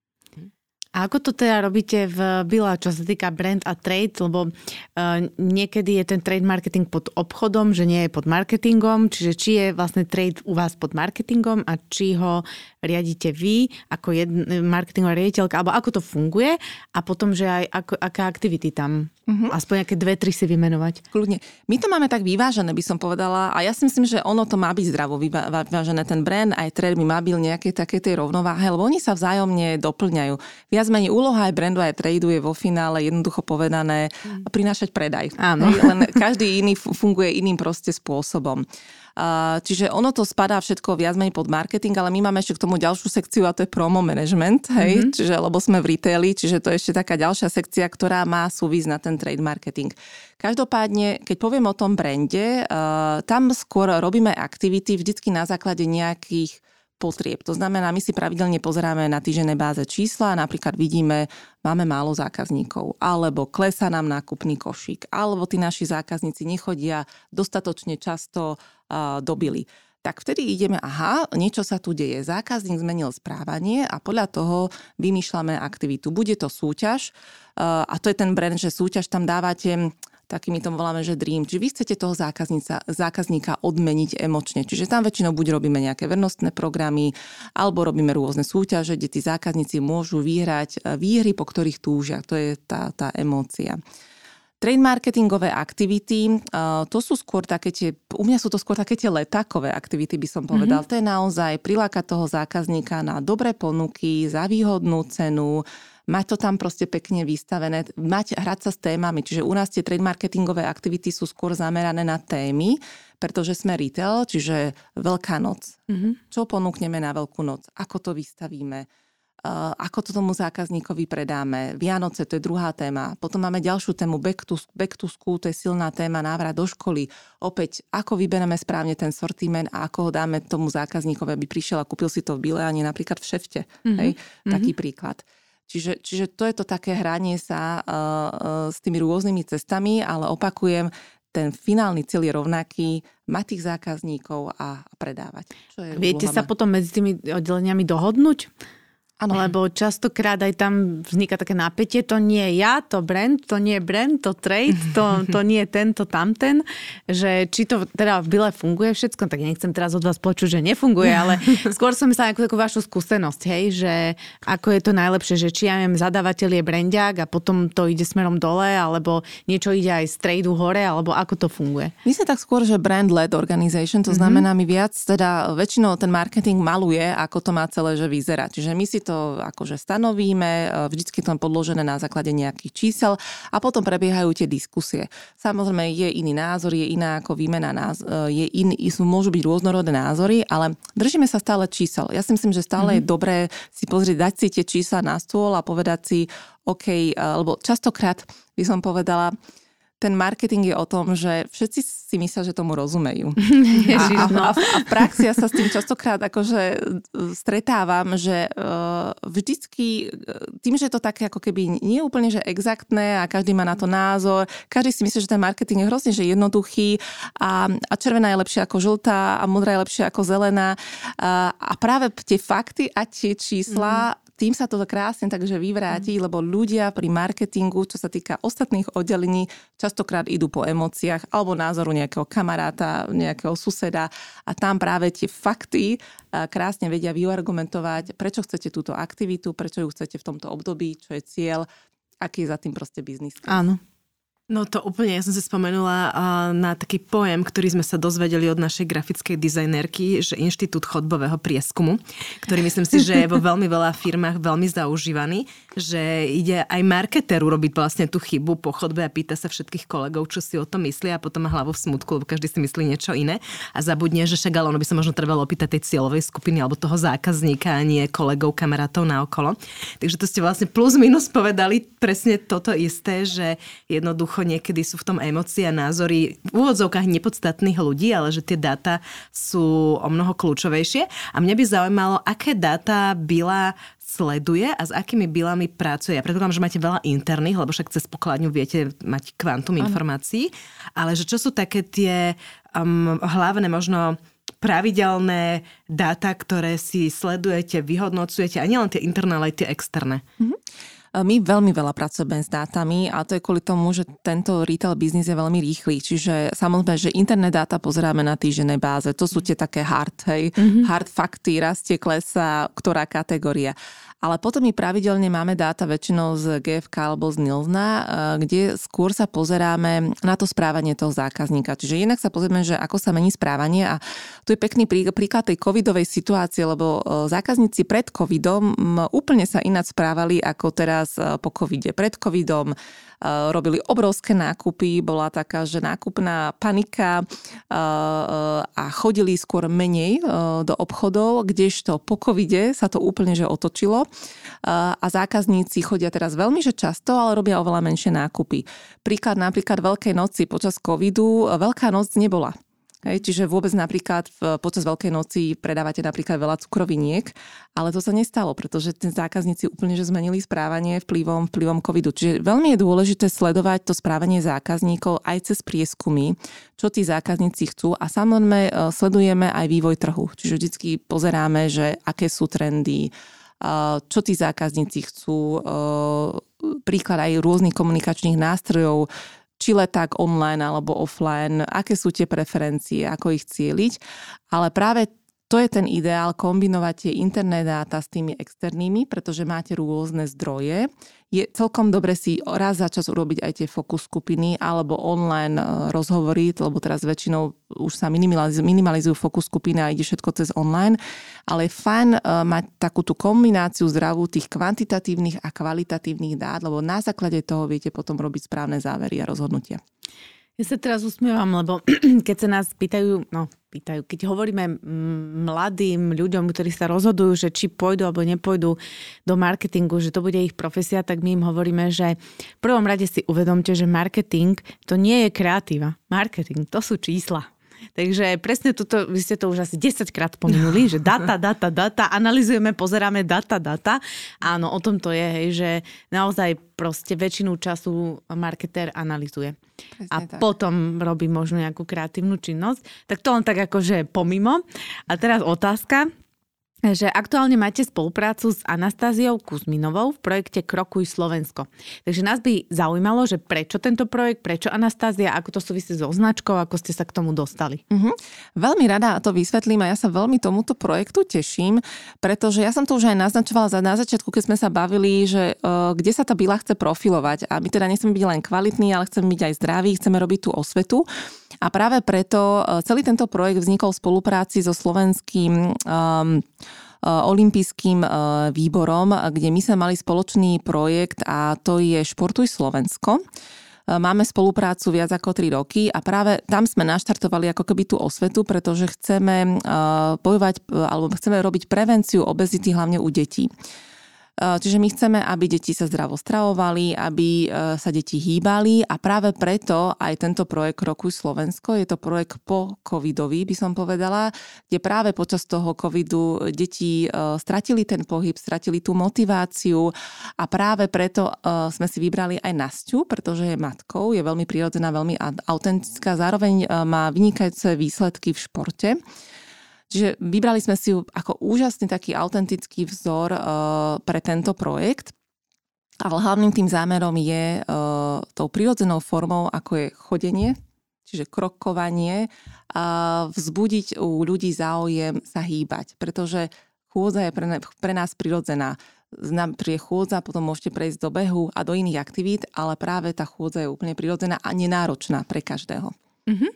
B: A ako to teda robíte v Billa, čo sa týka brand a trade, lebo uh, niekedy je ten trade marketing pod obchodom, že nie je pod marketingom, čiže či je vlastne trade u vás pod marketingom a či ho riadite vy ako jedna marketingová riaditeľka, alebo ako to funguje a potom, že aj ako, aké aktivity tam, uh-huh. aspoň nejaké dve, tri si vymenovať.
C: Kľudne. My to máme tak vyvážené, by som povedala, a ja si myslím, že ono to má byť zdravo vyvážené, ten brand, aj trade by má byť nejakej takej tej rovnováhe, lebo oni sa vzájomne doplňajú. Viac menej úloha aj brandu, aj tradu je vo finále jednoducho povedané mm. prinášať predaj.
B: Áno.
C: Len každý iný funguje iným proste spôsobom. Čiže ono to spadá všetko viac menej pod marketing, ale my máme ešte k tomu ďalšiu sekciu a to je promo management, hej? Mm-hmm. Čiže, lebo sme v retaili, čiže to je ešte taká ďalšia sekcia, ktorá má súvisť na ten trade marketing. Každopádne, keď poviem o tom brande, uh, tam skôr robíme aktivity vždycky na základe nejakých potrieb. To znamená, my si pravidelne pozeráme na týždennej báze čísla, napríklad vidíme, máme málo zákazníkov, alebo klesá nám nákupný košík, alebo tí naši zákazníci nechodia dostatočne často uh, do Bily. Tak vtedy ideme, aha, niečo sa tu deje. Zákazník zmenil správanie a podľa toho vymýšľame aktivitu. Bude to súťaž uh, a to je ten brand, že súťaž tam dávate, takými tomu voláme, že dream. Čiže vy chcete toho zákazníka, zákazníka odmeniť emočne. Čiže tam väčšinou buď robíme nejaké vernostné programy, alebo robíme rôzne súťaže, kde tí zákazníci môžu vyhrať výhry, po ktorých túžia. To je tá, tá emócia. Trade marketingové aktivity, to sú skôr také tie, u mňa sú to skôr také tie letákové aktivity, by som povedal. Mm-hmm. To je naozaj prilákať toho zákazníka na dobré ponuky, za výhodnú cenu, mať to tam proste pekne vystavené, mať, hrať sa s témami. Čiže u nás tie trade marketingové aktivity sú skôr zamerané na témy, pretože sme retail, čiže Veľká noc. Mm-hmm. Čo ponúkneme na Veľkú noc? Ako to vystavíme? Uh, ako to tomu zákazníkovi predáme? Vianoce, to je druhá téma. Potom máme ďalšiu tému back to, back to school, to je silná téma, návrat do školy. Opäť, ako vybereme správne ten sortiment a ako ho dáme tomu zákazníkovi, aby prišiel a kúpil si to v Bile a nie napríklad v Šefte. Mm-hmm. Hej? Taký mm-hmm. príklad. Čiže, čiže to je to také hranie sa uh, uh, s tými rôznymi cestami, ale opakujem, ten finálny cieľ je rovnaký, mať tých zákazníkov a predávať. Čo je
B: Viete
C: úloha?
B: Sa potom medzi tými oddeleniami dohodnúť?
C: Ano.
B: Lebo častokrát aj tam vzniká také napätie, to nie je ja, to brand, to nie je brand, to trade, to, to nie je tento, tamten, že či to teda v Bile funguje všetko, tak nechcem teraz od vás počuť, že nefunguje, ale skôr som myslela nejakú takú vašu skúsenosť, hej, že ako je to najlepšie, že či ja viem, zadávateľ je brandiak a potom to ide smerom dole, alebo niečo ide aj z tradu hore, alebo ako to funguje?
C: Myslím tak skôr, že brand-led organization, to znamená mm-hmm. mi viac, teda väčšinou ten marketing maluje, ako to má celé, že vyzerá. Čiže my si to akože stanovíme, vždycky to podložené na základe nejakých čísel a potom prebiehajú tie diskusie. Samozrejme je iný názor, je iná ako výmena názor, je in, môžu byť rôznorodné názory, ale držíme sa stále čísel. Ja si myslím, že stále mm-hmm. je dobré si pozrieť, dať si tie čísla na stôl a povedať si, OK, lebo častokrát by som povedala, ten marketing je o tom, že všetci si myslia, že tomu rozumejú.
B: Ježiš,
C: a,
B: no.
C: a, a v praxi ja sa s tým častokrát akože stretávam, že uh, vždycky tým, že je to také ako keby nie úplne že exaktné a každý má na to názor, každý si myslí, že ten marketing je hrozne že jednoduchý a, a červená je lepšia ako žltá a modrá je lepšia ako zelená. A, a práve tie fakty a tie čísla mm. tým sa to krásne takže vyvráti, mm. lebo ľudia pri marketingu, čo sa týka ostatných oddelení, častokrát idú po emóciách alebo názoru nejakého kamaráta, nejakého suseda a tam práve tie fakty krásne vedia vyargumentovať, prečo chcete túto aktivitu, prečo ju chcete v tomto období, čo je cieľ, aký je za tým proste biznis.
B: Áno.
A: No to úplne, ja som si spomenula na taký pojem, ktorý sme sa dozvedeli od našej grafickej dizajnerky, že Inštitút chodbového prieskumu, ktorý myslím si, že je vo veľmi veľa firmách veľmi zaužívaný, že ide aj marketer urobiť vlastne tú chybu po chodbe a pýta sa všetkých kolegov, čo si o tom myslia a potom má hlavu v smutku, lebo každý si myslí niečo iné a zabudne, že však ale ono by sa možno trebalo opýtať tej cieľovej skupiny alebo toho zákazníka a nie kolegov, kamarátov naokolo. Takže to ste vlastne plus minus povedali presne toto isté, že jednoducho niekedy sú v tom emócie a názory v úvodzovkách nepodstatných ľudí, ale že tie dáta sú o mnoho kľúčovejšie. A mňa by zaujímalo, aké dáta Bila sleduje a s akými bilami pracuje. Ja predpokladám, že máte veľa interných, lebo však cez pokladňu viete mať kvantum ano. Informácií, ale že čo sú také tie um, hlavné možno pravidelné dáta, ktoré si sledujete, vyhodnocujete a nielen tie interné, ale aj tie externé.
C: Mhm. My veľmi veľa pracujeme s dátami a to je kvôli tomu, že tento retail biznis je veľmi rýchly. Čiže samozrejme, že internet dáta pozeráme na týždennej báze. To sú tie také hard, hej, mm-hmm. hard fakty, rastie, klesá, ktorá kategória. Ale potom my pravidelne máme dáta väčšinou z gé ef ká alebo z Nielsena, kde skôr sa pozeráme na to správanie toho zákazníka. Čiže jednak sa pozrieme, že ako sa mení správanie a tu je pekný príklad tej covidovej situácie, lebo zákazníci pred covidom úplne sa ináč správali ako teraz po covide. Pred covidom robili obrovské nákupy, bola taká, že nákupná panika a chodili skôr menej do obchodov, kdežto po covide sa to úplne že otočilo a zákazníci chodia teraz veľmi že často, ale robia oveľa menšie nákupy. Príklad napríklad Veľkej noci počas covidu, Veľká noc nebola. Hej, čiže vôbec napríklad v, počas Veľkej noci predávate napríklad veľa cukroviniek, ale to sa nestalo, pretože ten zákazníci úplne že zmenili správanie vplyvom, vplyvom covidu. Čiže veľmi je dôležité sledovať to správanie zákazníkov aj cez prieskumy, čo tí zákazníci chcú a samozrejme sledujeme aj vývoj trhu. Čiže vždycky pozeráme, že aké sú trendy, čo tí zákazníci chcú, príklad aj rôznych komunikačných nástrojov, či leták online alebo offline, aké sú tie preferencie, ako ich cieliť. Ale práve to je ten ideál, kombinovať tie interné dáta s tými externými, pretože máte rôzne zdroje. Je celkom dobre si raz za čas urobiť aj tie fokus skupiny alebo online rozhovory, lebo teraz väčšinou už sa minimalizujú, minimalizujú fokus skupiny a ide všetko cez online. Ale je fajn mať takú tú kombináciu zdravú tých kvantitatívnych a kvalitatívnych dát, lebo na základe toho viete potom robiť správne závery a rozhodnutia.
B: Ja sa teraz usmievam, lebo keď sa nás pýtajú, no pýtajú, keď hovoríme mladým ľuďom, ktorí sa rozhodujú, že či pôjdu alebo nepôjdu do marketingu, že to bude ich profesia, tak my im hovoríme, že v prvom rade si uvedomte, že marketing to nie je kreatíva. Marketing to sú čísla. Takže presne toto, vy ste to už asi desaťkrát spomenuli, že data, data, data, analyzujeme, pozeráme data, data. Áno, o tom to je, hej, že naozaj proste väčšinu času marketér analyzuje. Presne a tak. Potom robí možno nejakú kreatívnu činnosť. Tak to len tak akože pomimo. A teraz otázka, že aktuálne máte spoluprácu s Anastáziou Kuzminovou v projekte Krokuj Slovensko. Takže nás by zaujímalo, že prečo tento projekt, prečo Anastázia, ako to súvisí so značkou, ako ste sa k tomu dostali.
C: Uh-huh. Veľmi rada to vysvetlím a ja sa veľmi tomuto projektu teším, pretože ja som to už aj naznačovala na začiatku, keď sme sa bavili, že uh, kde sa tá Bila chce profilovať a my teda nechceme byť len kvalitní, ale chceme byť aj zdraví, chceme robiť tú osvetu. A práve preto celý tento projekt vznikol v spolupráci so slovenským um, olympijským výborom, kde my sme mali spoločný projekt a to je Športuj Slovensko. Máme spoluprácu viac ako tri roky a práve tam sme naštartovali ako keby tú osvetu, pretože chceme bojovať alebo chceme robiť prevenciu obezity hlavne u detí. Čiže my chceme, aby deti sa zdravo stravovali, aby sa deti hýbali a práve preto aj tento projekt Krokuj Slovensko, je to projekt po covidový, by som povedala, kde práve počas toho covidu deti stratili ten pohyb, stratili tú motiváciu a práve preto sme si vybrali aj Nasťu, pretože je matkou, je veľmi prirodzená, veľmi autentická, zároveň má vynikajúce výsledky v športe. Čiže vybrali sme si ju ako úžasný taký autentický vzor uh, pre tento projekt. A hlavným tým zámerom je uh, tou prirodzenou formou, ako je chodenie, čiže krokovanie, uh, vzbudiť u ľudí záujem sa hýbať. Pretože chôdza je pre, pre nás prirodzená. Príde chôdza, potom môžete prejsť do behu a do iných aktivít, ale práve tá chôdza je úplne prirodzená a nenáročná pre každého.
B: Mhm.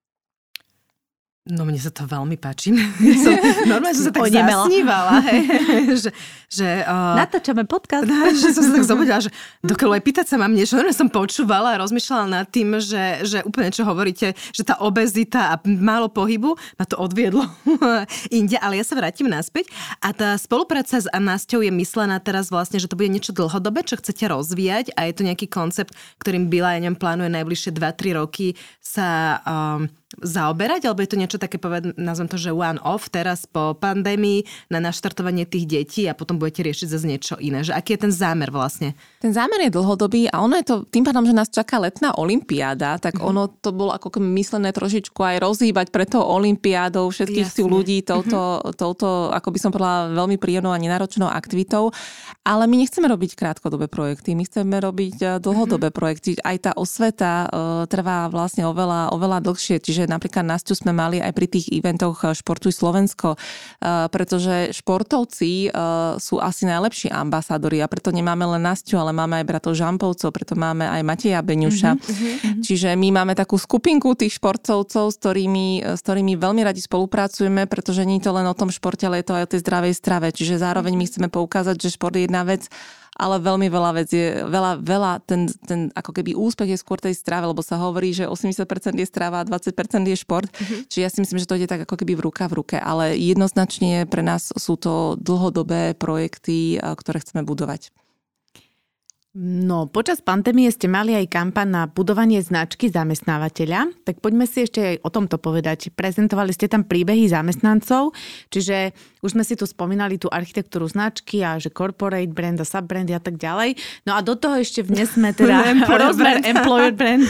A: No mne sa to veľmi páči. Ja som, normálne som sa tak zasnívala. Hej, že, že, uh,
B: natáčame podcast.
A: Že som sa tak zobudila, že dokiaľ aj pýtať sa mám niečo. Normálne som počúvala a rozmýšľala nad tým, že, že úplne čo hovoríte, že tá obezita a málo pohybu ma to odviedlo inde. Ale ja sa vrátim naspäť. A tá spolupráca s Anasťou je myslená teraz vlastne, že to bude niečo dlhodobé, čo chcete rozvíjať a je to nejaký koncept, ktorým Bila, ja neviem, plánuje najbližšie dva tri roky sa um, zaoberať, alebo je to niečo také, poved, nazvem to, že one-off teraz po pandémii na naštartovanie tých detí a potom budete riešiť zase niečo iné. Že aký je ten zámer vlastne?
C: Ten zámer je dlhodobý a ono je to tým pádom, že nás čaká letná olympiáda, tak mm-hmm. ono to bolo ako myslené trošičku aj rozhýbať pre tou olympiádou všetkých tých ľudí touto, mm-hmm. touto, ako by som povedala, veľmi príjemnou a nenáročnou aktivitou. Ale my nechceme robiť krátkodobé projekty, my chceme robiť dlhodobé mm-hmm. projekty. Aj tá osveta uh, trvá vlastne oveľa, oveľa dlhšie, čiže napríklad Nasťu sme mali aj pri tých eventoch Športuj Slovensko, pretože športovci sú asi najlepší ambasádori a preto nemáme len Nasťu, ale máme aj bratov Žampovcov, preto máme aj Mateja Beňuša. Mm-hmm. Čiže my máme takú skupinku tých športovcov, s ktorými, s ktorými veľmi radi spolupracujeme, pretože nie je to len o tom športe, ale je to aj o tej zdravej strave. Čiže zároveň my chceme poukázať, že šport je jedna vec, ale veľmi veľa vec je, veľa, veľa, ten, ten ako keby úspech je skôr tej strave, lebo sa hovorí, že osemdesiat percent je strava a dvadsať percent je šport. Mm-hmm. Čiže ja si myslím, že to ide tak ako keby v ruka v ruke, ale jednoznačne pre nás sú to dlhodobé projekty, ktoré chceme budovať.
B: No, počas pandémie ste mali aj kampaň na budovanie značky zamestnávateľa, tak poďme si ešte aj o tomto povedať. Prezentovali ste tam príbehy zamestnancov, čiže už sme si tu spomínali tú architektúru značky a že corporate brand a subbrandy a tak ďalej. No a do toho ešte vnes sme teda rozmer employer brand.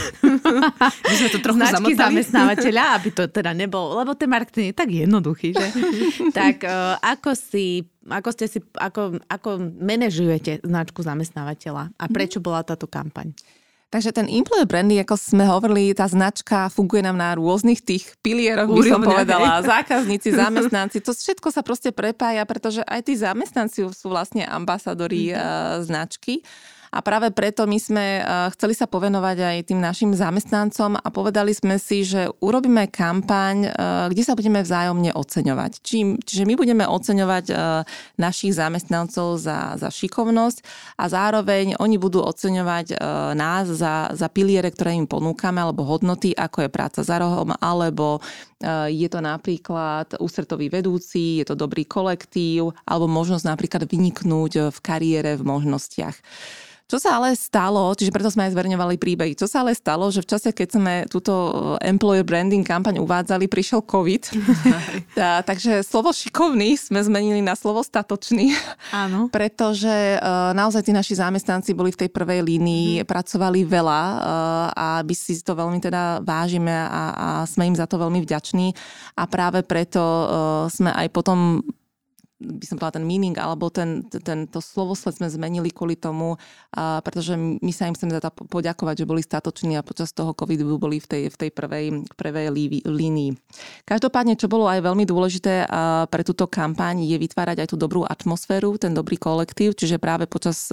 A: My sme to trochu
B: značky
A: zamotali.
B: Zamestnávateľa, aby to teda nebol, lebo ten marketing je tak jednoduchý, že? Tak uh, ako si Ako ste si, ako, ako manažujete značku zamestnávateľa a prečo bola táto kampaň?
C: Takže ten employer branding, ako sme hovorili, tá značka funguje nám na rôznych tých pilieroch, by som povedala. Zákazníci, zamestnanci, to všetko sa proste prepája, pretože aj tí zamestnanci sú vlastne ambasadori mm-hmm. značky. A práve preto my sme chceli sa povenovať aj tým našim zamestnancom a povedali sme si, že urobíme kampaň, kde sa budeme vzájomne oceňovať. Čiže my budeme oceňovať našich zamestnancov za, za šikovnosť a zároveň oni budú oceňovať nás za, za piliere, ktoré im ponúkame, alebo hodnoty, ako je práca za rohom, alebo je to napríklad ústretový vedúci, je to dobrý kolektív, alebo možnosť napríklad vyniknúť v kariére, v možnostiach. Čo sa ale stalo, čiže preto sme aj zverejňovali príbehy, čo sa ale stalo, že v čase, keď sme túto employer branding kampaň uvádzali, prišiel COVID. Tá, takže slovo šikovný sme zmenili na slovo statočný.
B: Áno.
C: Pretože uh, naozaj tí naši zamestnanci boli v tej prvej línii, mm. pracovali veľa uh, a my si to veľmi teda vážime a, a sme im za to veľmi vďační. A práve preto uh, sme aj potom by som povedala ten meaning, alebo ten, ten, to slovosled sme zmenili kvôli tomu, a pretože my sa im chceme za to poďakovať, že boli statoční a počas toho covidu boli v tej, v tej prvej, prvej lí, línii. Každopádne, čo bolo aj veľmi dôležité pre túto kampaň, je vytvárať aj tú dobrú atmosféru, ten dobrý kolektív, čiže práve počas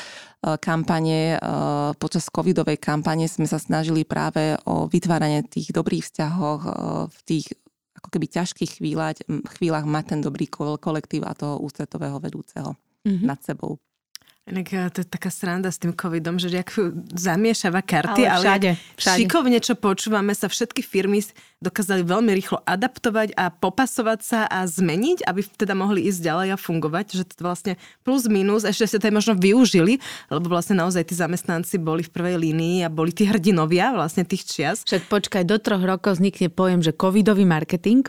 C: kampane, počas covidovej kampane sme sa snažili práve o vytváranie tých dobrých vzťahov v tých ako keby ťažkých chvíľach, chvíľach mať ten dobrý kolektív a toho ústretového vedúceho mm-hmm. nad sebou.
A: Inak to je taká sranda s tým covidom, že jak zamiešava karty,
B: ale, všade,
A: ale
B: všade.
A: šikovne, čo počúvame, sa všetky firmy dokázali veľmi rýchlo adaptovať a popasovať sa a zmeniť, aby teda mohli ísť ďalej a fungovať, že to vlastne plus minus, ešte ste to možno využili, lebo vlastne naozaj tí zamestnanci boli v prvej línii a boli tí hrdinovia vlastne tých čias.
B: Však počkaj, do troch rokov vznikne pojem, že covidový marketing.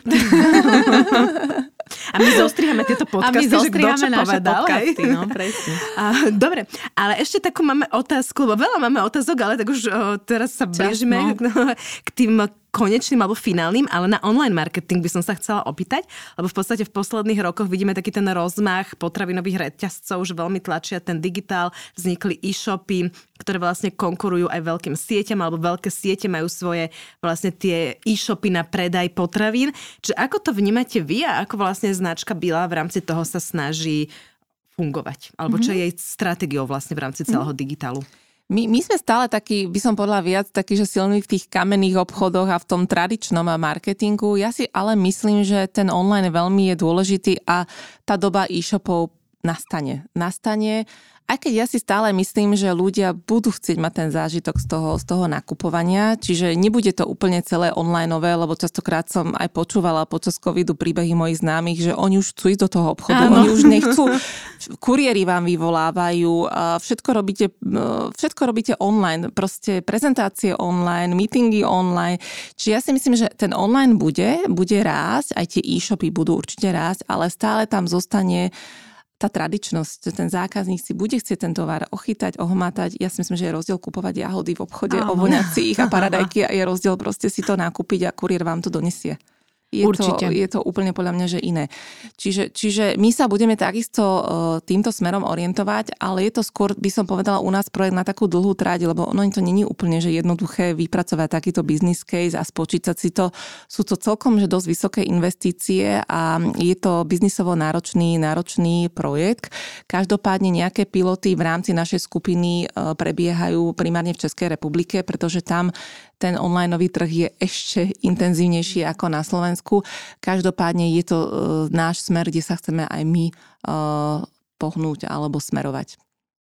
A: A my zostrihame tieto podcasty, že kto čo povedal.
B: Podcasty, no, presne.
A: A, dobre, ale ešte takú máme otázku, lebo veľa máme otázok, ale tak už o, teraz sa blížime no, k tým konečným alebo finálnym, ale na online marketing by som sa chcela opýtať, lebo v podstate v posledných rokoch vidíme taký ten rozmach potravinových reťazcov, že veľmi tlačia ten digitál, vznikli e-shopy, ktoré vlastne konkurujú aj veľkým sieťam, alebo veľké siete majú svoje vlastne tie e-shopy na predaj potravín. Čiže ako to vnímate vy a ako vlastne značka Bila v rámci toho sa snaží fungovať? Alebo čo je jej stratégiou vlastne v rámci celého digitálu?
C: My, my sme stále takí, by som povedala viac, takí, že silní v tých kamenných obchodoch a v tom tradičnom marketingu. Ja si ale myslím, že ten online veľmi je dôležitý a tá doba e-shopov nastane. Nastane, aj keď ja si stále myslím, že ľudia budú chcieť mať ten zážitok z toho, z toho nakupovania, čiže nebude to úplne celé onlineové, lebo častokrát som aj počúvala počas covidu príbehy mojich známych, že oni už chcú ísť do toho obchodu, Áno. oni už nechcú, kuriéri vám vyvolávajú, všetko robíte, všetko robíte online, proste prezentácie online, meetingy online, čiže ja si myslím, že ten online bude, bude rásť, aj tie e-shopy budú určite rásť, ale stále tam zostane tá tradičnosť, ten zákazník si bude chcieť ten tovar ochytať, ohmatať. Ja si myslím, že je rozdiel kupovať jahody v obchode, ovoňať si ich a paradajky a je rozdiel proste si to nakúpiť a kuriér vám to donesie. Je
B: Určite.
C: To, je to úplne podľa mňa, že iné. Čiže, čiže my sa budeme takisto uh, týmto smerom orientovať, ale je to skôr, by som povedala, u nás projekt na takú dlhú tráť, lebo ono to není úplne, že jednoduché vypracovať takýto business case a spočítať si to. Sú to celkom, že dosť vysoké investície a je to biznisovo náročný, náročný projekt. Každopádne nejaké piloty v rámci našej skupiny uh, prebiehajú primárne v Českej republike, pretože tam ten onlineový trh je ešte intenzívnejší ako na Slovensku. Každopádne je to uh, náš smer, kde sa chceme aj my uh, pohnúť alebo smerovať.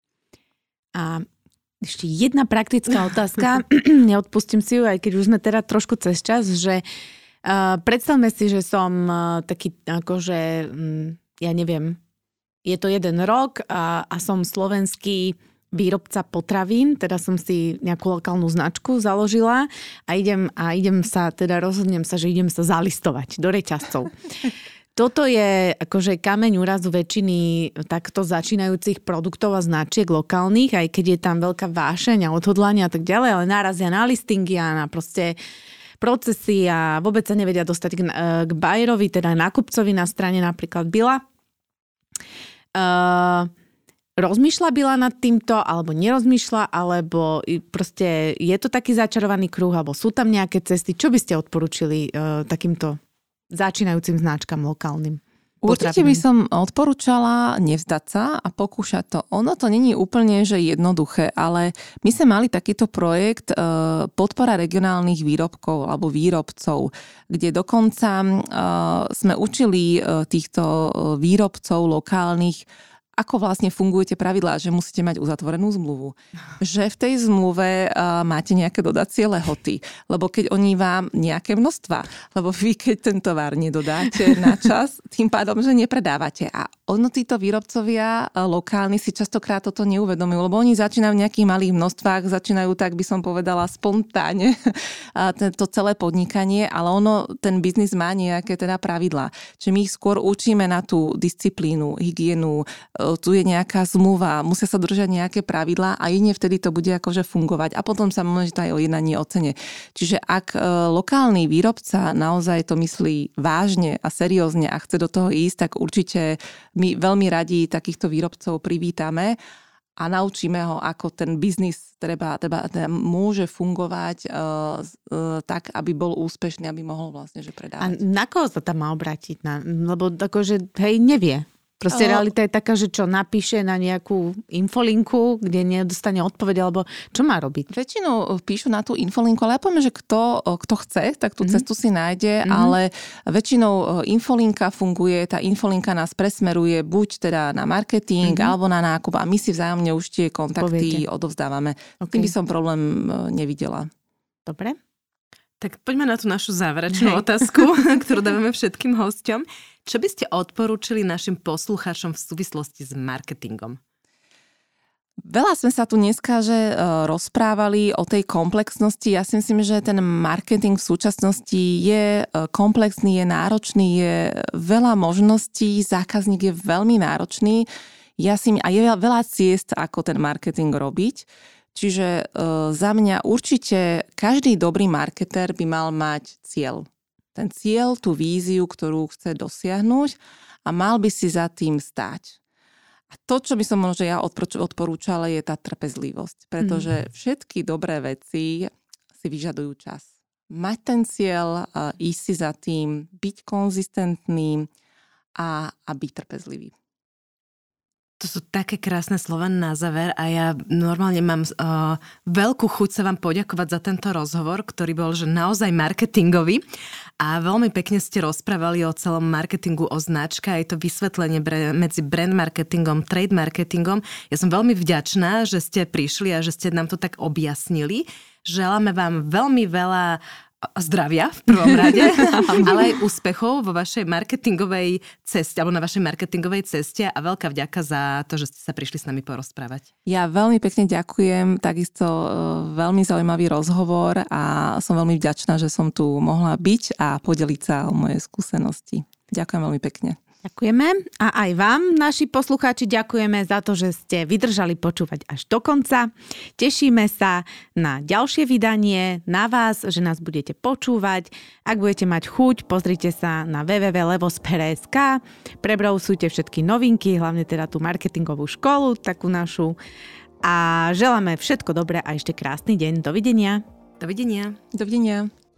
B: A ešte jedna praktická otázka, neodpustím si ju, aj keď už sme teda trošku cez čas, že uh, predstavme si, že som uh, taký akože, um, ja neviem, je to jeden rok a, a som slovenský výrobca potravín, teda som si nejakú lokálnu značku založila a idem, a idem sa, teda rozhodnem sa, že idem sa zalistovať do reťazcov. Toto je akože kameň úrazu väčšiny takto začínajúcich produktov a značiek lokálnych, aj keď je tam veľká vášeň a odhodlanie a tak ďalej, ale nárazia na listingy a na proste procesy a vôbec sa nevedia dostať k, k buyerovi, teda nákupcovi na strane napríklad Billa. Uh, Rozmýšľa Billa nad týmto, alebo nerozmýšľa, alebo proste je to taký začarovaný kruh, alebo sú tam nejaké cesty? Čo by ste odporúčili uh, takýmto začínajúcim značkám lokálnym?
C: Určite by som odporúčala nevzdať sa a pokúšať to. Ono to není úplne, že jednoduché, ale my sme mali takýto projekt uh, podpora regionálnych výrobkov alebo výrobcov, kde dokonca uh, sme učili uh, týchto výrobcov lokálnych, ako vlastne fungujú tie pravidlá, že musíte mať uzatvorenú zmluvu. Že v tej zmluve uh, máte nejaké dodacie lehoty, lebo keď oni vám nejaké množstva, lebo vy keď ten tovar nedodáte na čas, tým pádom, že nepredávate. A ono títo výrobcovia uh, lokálni si častokrát toto neuvedomujú, lebo oni začínajú v nejakých malých množstvách, začínajú, tak by som povedala, spontánne to celé podnikanie, ale ono, ten biznis má nejaké teda pravidlá. Čiže my ich skôr učíme na tú disciplínu, hygienu, tu je nejaká zmluva, musia sa držať nejaké pravidlá a jedine vtedy to bude akože fungovať. A potom sa môže aj o jednanie o cene. Čiže ak lokálny výrobca naozaj to myslí vážne a seriózne a chce do toho ísť, tak určite my veľmi radi takýchto výrobcov privítame a naučíme ho, ako ten biznis treba, treba, teda môže fungovať uh, uh, tak, aby bol úspešný, aby mohol vlastne že predávať.
B: A na koho sa tam má obrátiť? Na, lebo akože, hej, nevie. Proste realita je taká, že čo napíše na nejakú infolinku, kde nedostane odpoveď, alebo čo má robiť?
C: Väčšinou píšu na tú infolinku, ale ja poviem, že kto, kto chce, tak tú mm-hmm. cestu si nájde, mm-hmm. ale väčšinou infolinka funguje, tá infolinka nás presmeruje buď teda na marketing, mm-hmm. alebo na nákup a my si vzájomne už tie kontakty Poviete. odovzdávame. Okay. Tým by som problém nevidela.
B: Dobre.
A: Tak poďme na tú našu záverečnú Hej. otázku, ktorú dávame všetkým hosťom. Čo by ste odporúčili našim poslucháčom v súvislosti s marketingom?
C: Veľa sme sa tu dneska že rozprávali o tej komplexnosti. Ja si myslím, že ten marketing v súčasnosti je komplexný, je náročný, je veľa možností, zákazník je veľmi náročný. Ja si, a je veľa ciest, ako ten marketing robiť. Čiže za mňa určite každý dobrý marketér by mal mať cieľ. Ten cieľ, tú víziu, ktorú chce dosiahnuť a mal by si za tým stáť. A to, čo by som možno ja odporúčala, je tá trpezlivosť. Pretože mm. všetky dobré veci si vyžadujú čas. Mať ten cieľ, ísť si za tým, byť konzistentný a, a byť trpezlivý.
A: To sú také krásne slova na záver a ja normálne mám uh, veľkú chuť sa vám poďakovať za tento rozhovor, ktorý bol že naozaj marketingový a veľmi pekne ste rozprávali o celom marketingu, o značke aj to vysvetlenie bre- medzi brand marketingom, trade marketingom. Ja som veľmi vďačná, že ste prišli a že ste nám to tak objasnili. Želáme vám veľmi veľa zdravia v prvom rade, ale aj úspechov vo vašej marketingovej ceste, alebo na vašej marketingovej ceste a veľká vďaka za to, že ste sa prišli s nami porozprávať.
C: Ja veľmi pekne ďakujem, takisto veľmi zaujímavý rozhovor a som veľmi vďačná, že som tu mohla byť a podeliť sa o moje skúsenosti. Ďakujem veľmi pekne.
B: Ďakujeme a aj vám, naši poslucháči, ďakujeme za to, že ste vydržali počúvať až do konca. Tešíme sa na ďalšie vydanie, na vás, že nás budete počúvať. Ak budete mať chuť, pozrite sa na w w w bodka levosper bodka es ka, prebrousujte všetky novinky, hlavne teda tú marketingovú školu, takú našu. A želáme všetko dobré a ešte krásny deň. Dovidenia.
A: Dovidenia.
C: Dovidenia.